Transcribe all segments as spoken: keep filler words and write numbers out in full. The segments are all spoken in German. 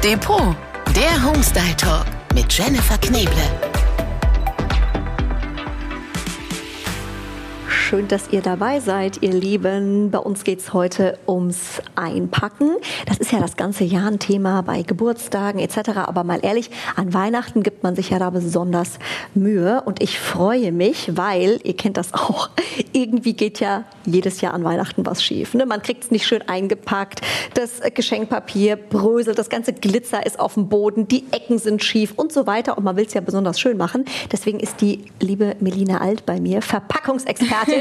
Depot, der Homestyle Talk mit Jennifer Kneble. Schön, dass ihr dabei seid, ihr Lieben. Bei uns geht es heute ums Einpacken. Das ist ja das ganze Jahr ein Thema bei Geburtstagen et cetera. Aber mal ehrlich, an Weihnachten gibt man sich ja da besonders Mühe. Und ich freue mich, weil, ihr kennt das auch, irgendwie geht ja jedes Jahr an Weihnachten was schief. Ne? Man kriegt es nicht schön eingepackt, das Geschenkpapier bröselt, das ganze Glitzer ist auf dem Boden, die Ecken sind schief und so weiter. Und man will es ja besonders schön machen. Deswegen ist die liebe Melina Alt bei mir, Verpackungsexpertin.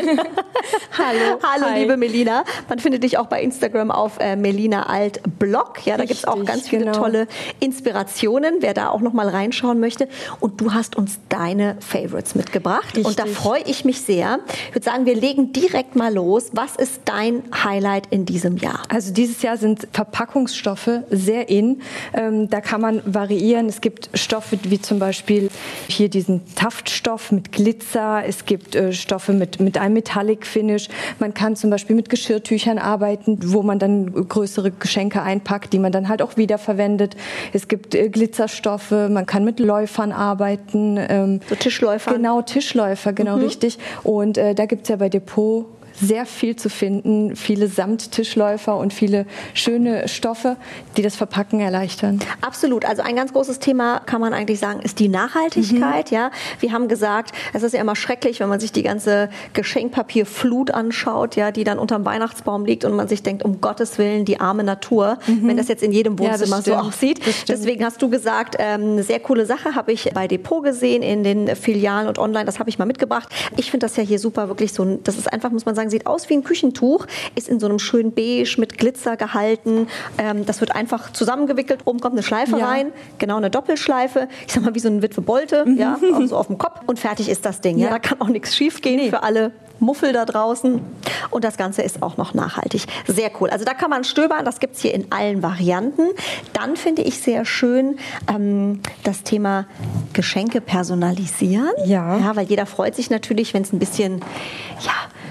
Hallo, hallo Hi. Liebe Melina. Man findet dich auch bei Instagram auf äh, Melina Alt Blog. Ja, da gibt es auch ganz viele genau. tolle Inspirationen, wer da auch noch mal reinschauen möchte. Und du hast uns deine Favorites mitgebracht. Richtig. Und da freue ich mich sehr. Ich würde sagen, wir legen direkt mal los. Was ist dein Highlight in diesem Jahr? Also dieses Jahr sind Verpackungsstoffe sehr in. Ähm, da kann man variieren. Es gibt Stoffe wie zum Beispiel hier diesen Taftstoff mit Glitzer. Es gibt äh, Stoffe mit, mit einem Metallic Finish. Man kann zum Beispiel mit Geschirrtüchern arbeiten, wo man dann größere Geschenke einpackt, die man dann halt auch wiederverwendet. Es gibt äh, Glitzerstoffe. Man kann mit Läufern arbeiten. Ähm, So Tischläufer? Genau, Tischläufer, genau Mhm. richtig. Und äh, da gibt es ja bei Depot sehr viel zu finden, viele Samttischläufer und viele schöne Stoffe, die das Verpacken erleichtern. Absolut. Also ein ganz großes Thema, kann man eigentlich sagen, ist die Nachhaltigkeit. Mhm. Ja, wir haben gesagt, es ist ja immer schrecklich, wenn man sich die ganze Geschenkpapierflut anschaut, ja, die dann unterm Weihnachtsbaum liegt und man sich denkt, um Gottes Willen, die arme Natur, mhm. wenn das jetzt in jedem Wohnzimmer ja, so aussieht. Deswegen hast du gesagt, ähm, eine sehr coole Sache habe ich bei Depot gesehen, in den Filialen und online, das habe ich mal mitgebracht. Ich finde das ja hier super, wirklich so ein, das ist einfach, muss man sagen, sieht aus wie ein Küchentuch, ist in so einem schönen Beige mit Glitzer gehalten. Ähm, das wird einfach zusammengewickelt. Oben kommt eine Schleife ja. rein, genau eine Doppelschleife. Ich sag mal wie so ein Witwe Bolte, mhm. ja, auch so auf dem Kopf und fertig ist das Ding. Ja. Ja. Da kann auch nichts schief gehen nee. für alle Muffel da draußen. Und das Ganze ist auch noch nachhaltig. Sehr cool. Also da kann man stöbern. Das gibt es hier in allen Varianten. Dann finde ich sehr schön ähm, das Thema Geschenke personalisieren. Ja. ja. Weil jeder freut sich natürlich, wenn es ein bisschen, ja,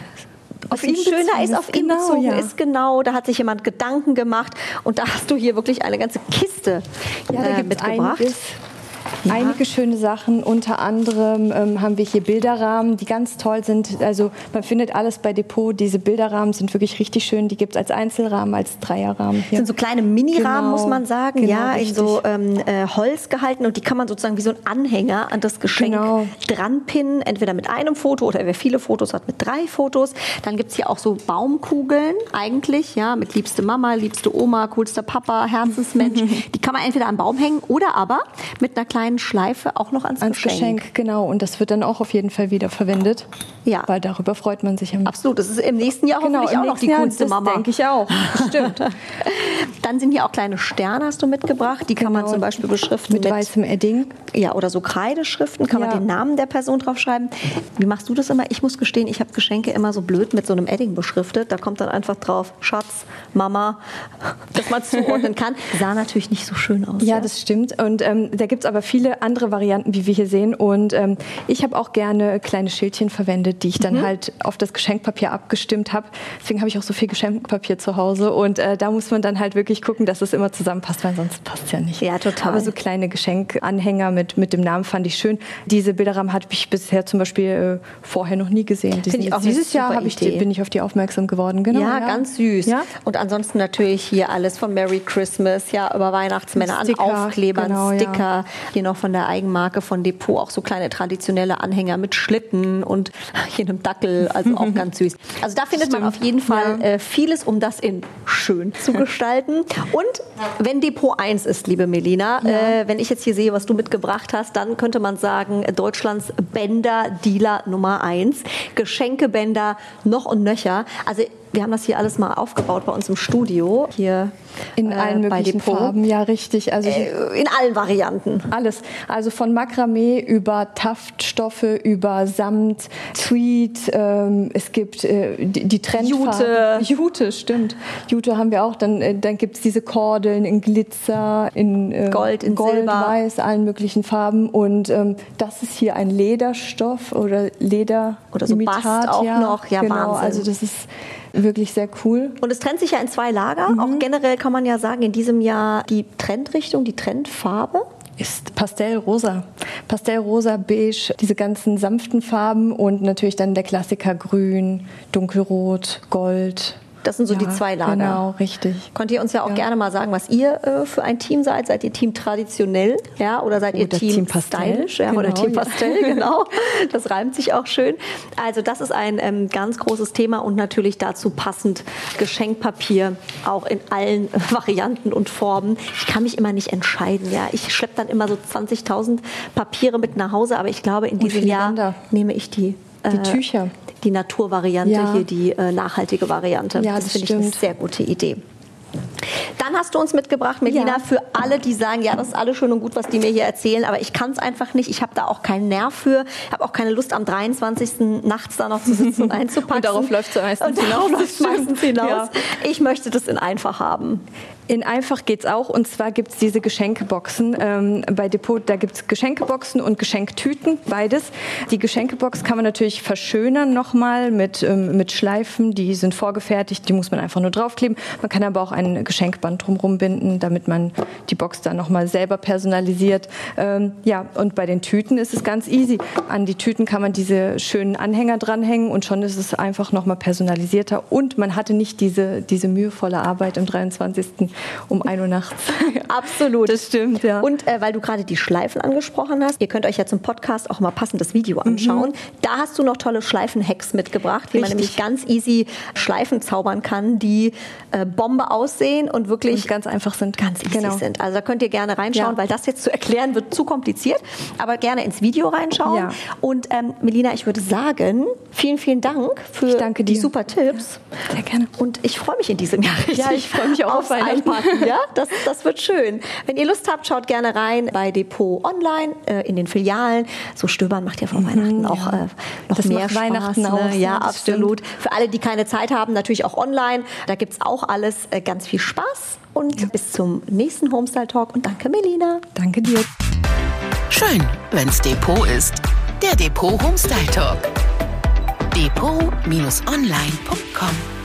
auf ihn schöner ist, auf ihn genau, bezogen ja. ist, genau. Da hat sich jemand Gedanken gemacht und da hast du hier wirklich eine ganze Kiste ja, da äh, gibt's mitgebracht. Einiges. Ja. Einige schöne Sachen, unter anderem ähm, haben wir hier Bilderrahmen, die ganz toll sind. Also man findet alles bei Depot. Diese Bilderrahmen sind wirklich richtig schön. Die gibt es als Einzelrahmen, als Dreierrahmen. Hier. Das sind so kleine Minirahmen, genau. muss man sagen, genau, ja, richtig. in so ähm, äh, Holz gehalten und die kann man sozusagen wie so ein Anhänger an das Geschenk genau. dran pinnen, entweder mit einem Foto oder wer viele Fotos hat, mit drei Fotos. Dann gibt es hier auch so Baumkugeln eigentlich, ja, mit liebste Mama, liebste Oma, coolster Papa, Herzensmensch. Die kann man entweder am Baum hängen oder aber mit einer kleinen Schleife auch noch ans, ans Geschenk. Geschenk. Genau, und das wird dann auch auf jeden Fall wieder verwendet. Ja. Weil darüber freut man sich. Absolut, das ist im nächsten Jahr genau, hoffentlich auch noch die coolste Jahr, Mama. Das denke ich auch, stimmt. Dann sind hier auch kleine Sterne, hast du mitgebracht. Die kann genau. man zum Beispiel beschriften mit, mit weißem Edding. Ja, oder so Kreideschriften, kann ja. man den Namen der Person draufschreiben. Wie machst du das immer? Ich muss gestehen, ich habe Geschenke immer so blöd mit so einem Edding beschriftet. Da kommt dann einfach drauf, Schatz, Mama, dass man es zuordnen kann. Sah natürlich nicht so schön aus. Ja, ja? das stimmt. Und ähm, da gibt es aber viele andere Varianten, wie wir hier sehen. Und ähm, ich habe auch gerne kleine Schildchen verwendet, die ich dann mhm. halt auf das Geschenkpapier abgestimmt habe. Deswegen habe ich auch so viel Geschenkpapier zu Hause. Und äh, da muss man dann halt wirklich gucken, dass es immer zusammenpasst, weil sonst passt es ja nicht. Ja, total. Aber so kleine Geschenkanhänger mit, mit dem Namen fand ich schön. Diese Bilderrahmen hatte ich bisher zum Beispiel äh, vorher noch nie gesehen. Find ich auch Dieses Jahr habe ich die, bin ich auf die aufmerksam geworden. Genau, ja, ja, ganz süß. Ja? Und ansonsten natürlich hier alles von Merry Christmas, ja, über Weihnachtsmänner an Aufklebern, genau, Sticker. Ja. Hier noch von der Eigenmarke von Depot auch so kleine traditionelle Anhänger mit Schlitten und hier einem Dackel, also auch ganz süß. Also da findet Stimmt. man auf jeden Fall ja. äh, vieles, um das in schön zu gestalten. Und wenn Depot eins ist, liebe Melina, ja. äh, wenn ich jetzt hier sehe, was du mitgebracht hast, dann könnte man sagen, Deutschlands Bänder-Dealer Nummer eins. Geschenkebänder noch und nöcher. Also wir haben das hier alles mal aufgebaut bei uns im Studio. Hier in äh, allen möglichen Farben, ja richtig. Also äh, in allen Varianten. Alles. Also von Makramee über Taftstoffe, über Samt, Tweed. Ähm, es gibt äh, die, die Trendfarben. Jute. Jute, stimmt. Jute haben wir auch. Dann, äh, dann gibt es diese Kordeln in Glitzer, in äh, Gold, in Gold, Silber. Weiß, allen möglichen Farben. Und ähm, das ist hier ein Lederstoff oder Leder. Oder so Imitat, Bast auch ja, noch. Ja, genau. Wahnsinn. Also das ist Wirklich sehr cool. Und es trennt sich ja in zwei Lager. Mhm. Auch generell kann man ja sagen, in diesem Jahr die Trendrichtung, die Trendfarbe ist Pastellrosa. Pastellrosa, beige, diese ganzen sanften Farben und natürlich dann der Klassiker grün, dunkelrot, gold. Das sind so ja, die zwei Lager. Genau, richtig. Könnt ihr uns ja auch ja. gerne mal sagen, was ihr äh, für ein Team seid? Seid ihr Team traditionell, ja, oder seid ihr oder Team, Team stylisch, ja, genau, oder Team Pastell, ja. genau. Das reimt sich auch schön. Also das ist ein ähm, ganz großes Thema und natürlich dazu passend Geschenkpapier, auch in allen Varianten und Formen. Ich kann mich immer nicht entscheiden, ja. Ich schleppe dann immer so zwanzigtausend Papiere mit nach Hause, aber ich glaube, in und diesem Jahr Länder. nehme ich die Die äh, Tücher. Die Naturvariante, ja. hier die äh, nachhaltige Variante. Ja, das das finde ich eine sehr gute Idee. Dann hast du uns mitgebracht, Melina, ja. für alle, die sagen, ja, das ist alles schön und gut, was die mir hier erzählen, aber ich kann es einfach nicht. Ich habe da auch keinen Nerv für. Ich habe auch keine Lust, am dreiundzwanzigsten nachts da noch zu sitzen und einzupacken. Und darauf läuft es meistens und hinaus. Läuft's meistens hinaus. Ja. Ich möchte das in einfach haben. In einfach geht's auch, und zwar gibt's diese Geschenkeboxen. Ähm, bei Depot, da gibt's Geschenkeboxen und Geschenktüten, beides. Die Geschenkebox kann man natürlich verschönern nochmal mit, ähm, mit Schleifen, die sind vorgefertigt, die muss man einfach nur draufkleben. Man kann aber auch ein Geschenkband drumherum binden, damit man die Box dann nochmal selber personalisiert. Ähm, ja, und bei den Tüten ist es ganz easy. An die Tüten kann man diese schönen Anhänger dranhängen und schon ist es einfach nochmal personalisierter. Und man hatte nicht diese, diese mühevolle Arbeit am dreiundzwanzigsten um ein Uhr nachts. Absolut. Das stimmt, ja. Und äh, weil du gerade die Schleifen angesprochen hast, ihr könnt euch ja zum Podcast auch mal passendes Video anschauen. Mhm. Da hast du noch tolle Schleifen-Hacks mitgebracht, wie Richtig. man nämlich ganz easy Schleifen zaubern kann, die äh, Bombe aussehen und wirklich und ganz einfach sind. Ganz easy genau. sind. Also da könnt ihr gerne reinschauen, ja. weil das jetzt zu erklären wird zu kompliziert. Aber gerne ins Video reinschauen. Ja. Und ähm, Melina, ich würde sagen, vielen, vielen Dank für die super Tipps. Ja. Sehr gerne. Und ich freue mich in diesem Jahr richtig. Ja, ich freue mich auch auf Weihnachten. Ja, das, das wird schön. Wenn ihr Lust habt, schaut gerne rein bei Depot Online, äh, in den Filialen. So stöbern macht ja vor Weihnachten mhm, auch äh, noch das mehr macht Spaß. Weihnachten auch, ne? Ja, absolut. Stimmt. Für alle, die keine Zeit haben, natürlich auch online. Da gibt es auch alles. Äh, ganz viel Spaß und ja. bis zum nächsten Homestyle Talk. Und danke, Melina. Danke dir. Schön, wenn's Depot ist. Der Depot Homestyle Talk. Depot Bindestrich online Punkt com